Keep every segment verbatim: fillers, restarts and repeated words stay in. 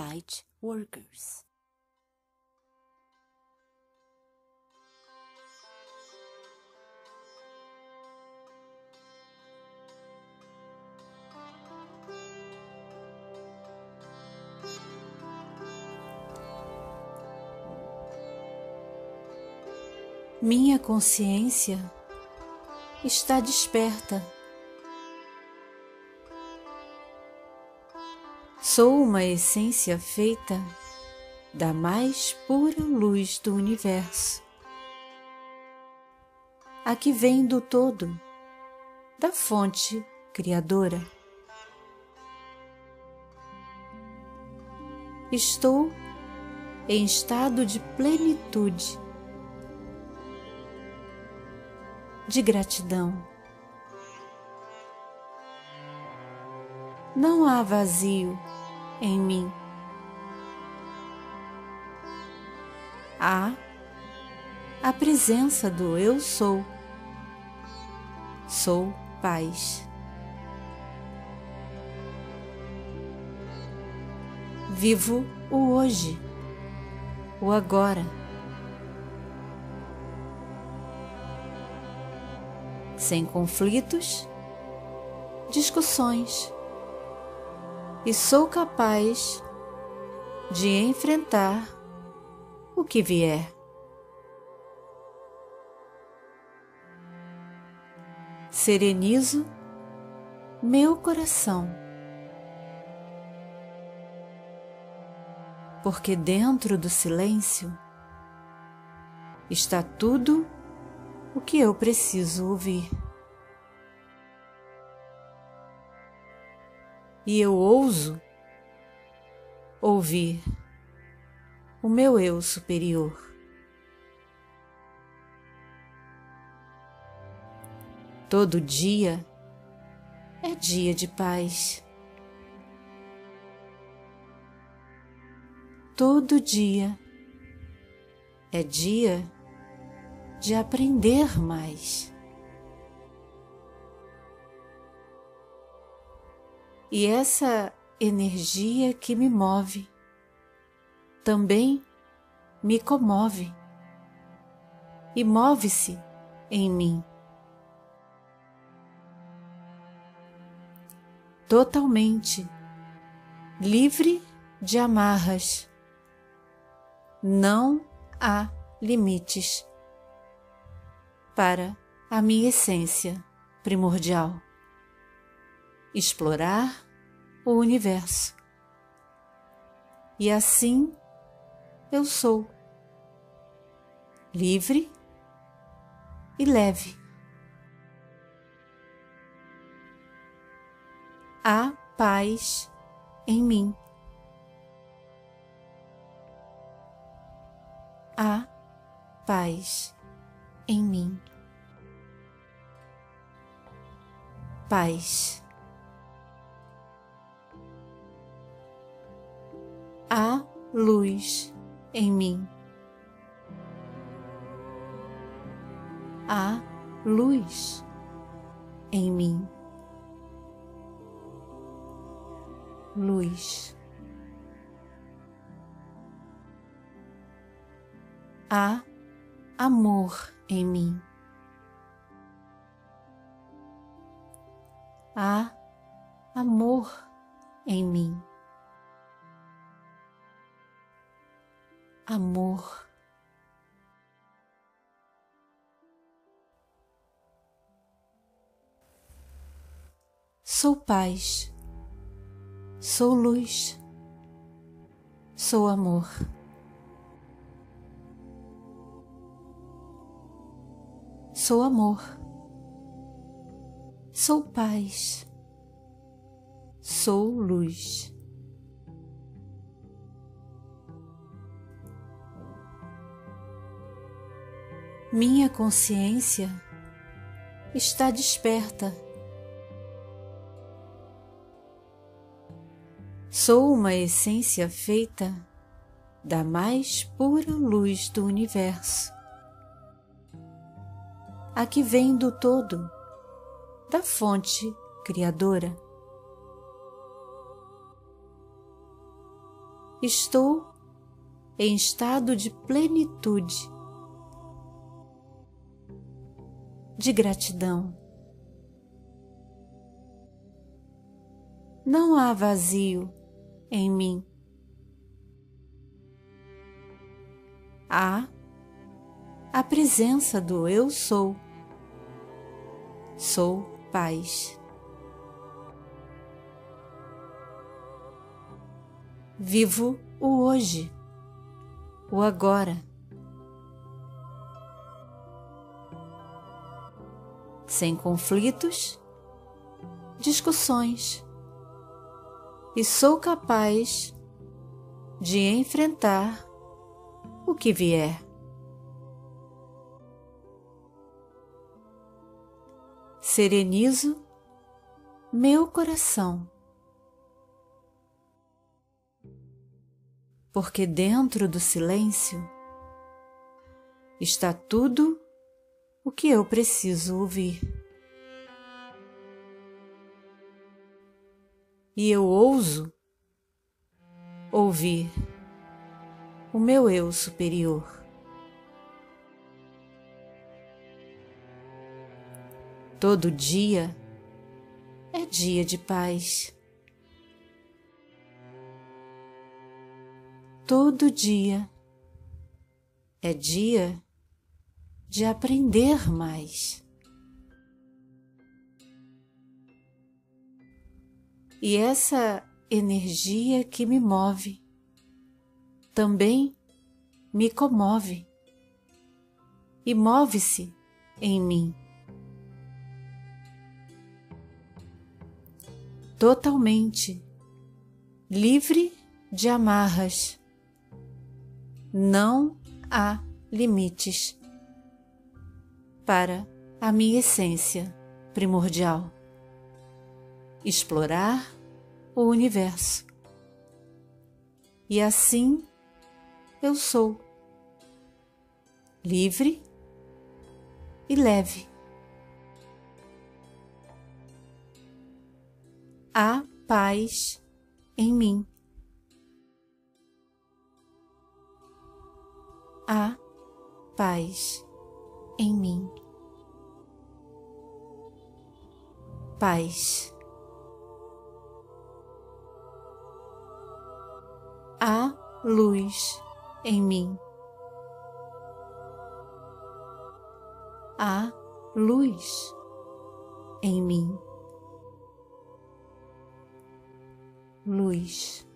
Light Workers. Minha consciência está desperta. Sou uma essência feita da mais pura luz do universo, a que vem do todo, da fonte criadora. Estou em estado de plenitude, de gratidão. Não há vazio em mim. Há a presença do Eu Sou. Sou paz. Vivo o hoje, o agora. Sem conflitos, discussões, e sou capaz de enfrentar o que vier. Serenizo meu coração, porque dentro do silêncio está tudo o que eu preciso ouvir. E eu ouso ouvir o meu eu superior. Todo dia é dia de paz. Todo dia é dia de aprender mais. E essa energia que me move também me comove e move-se em mim. Totalmente livre de amarras. Não há limites para a minha essência primordial. Explorar o universo. E assim eu sou, livre e leve. Há paz em mim. Há paz em mim. Paz. Há luz em mim. Há luz em mim. Luz. Há amor em mim. Há amor em mim. Amor. Sou paz. Sou luz. Sou amor. Sou amor. Sou paz. Sou luz. Minha consciência está desperta. Sou uma essência feita da mais pura luz do universo, a que vem do todo, da fonte criadora. estou em estado de plenitude, de gratidão. Não há vazio em mim. Há a presença do Eu Sou. Sou paz. Vivo o hoje, o agora. Sem conflitos, discussões, e sou capaz de enfrentar o que vier. Serenizo meu coração, porque dentro do silêncio está tudo o que eu preciso ouvir. E eu ouso ouvir o meu eu superior. Todo dia é dia de paz. Todo dia é dia de aprender mais. E essa energia que me move também me comove e move-se em mim. Totalmente livre de amarras. Não há limites para a minha essência primordial. Explorar o universo. E assim eu sou, livre e leve. Há paz em mim. Há paz em mim. Paz. Há luz em mim. Há luz em mim. Luz.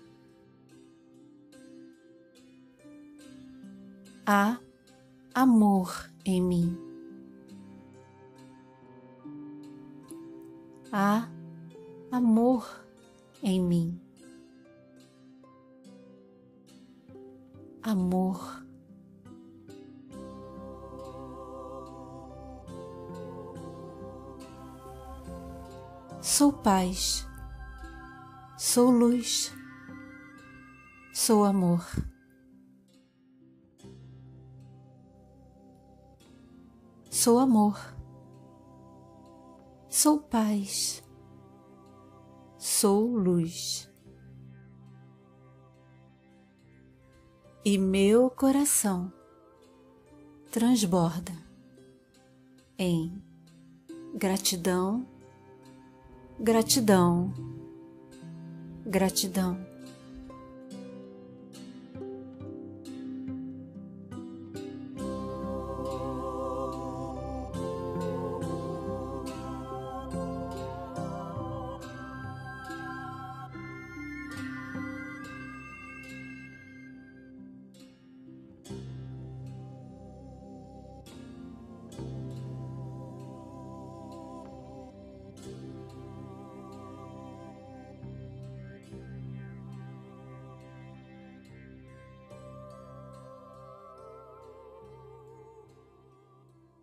Há amor em mim. Há amor em mim. Amor. Sou paz. Sou luz. Sou amor. Sou amor. Sou paz. Sou luz. E meu coração transborda em gratidão, gratidão, gratidão.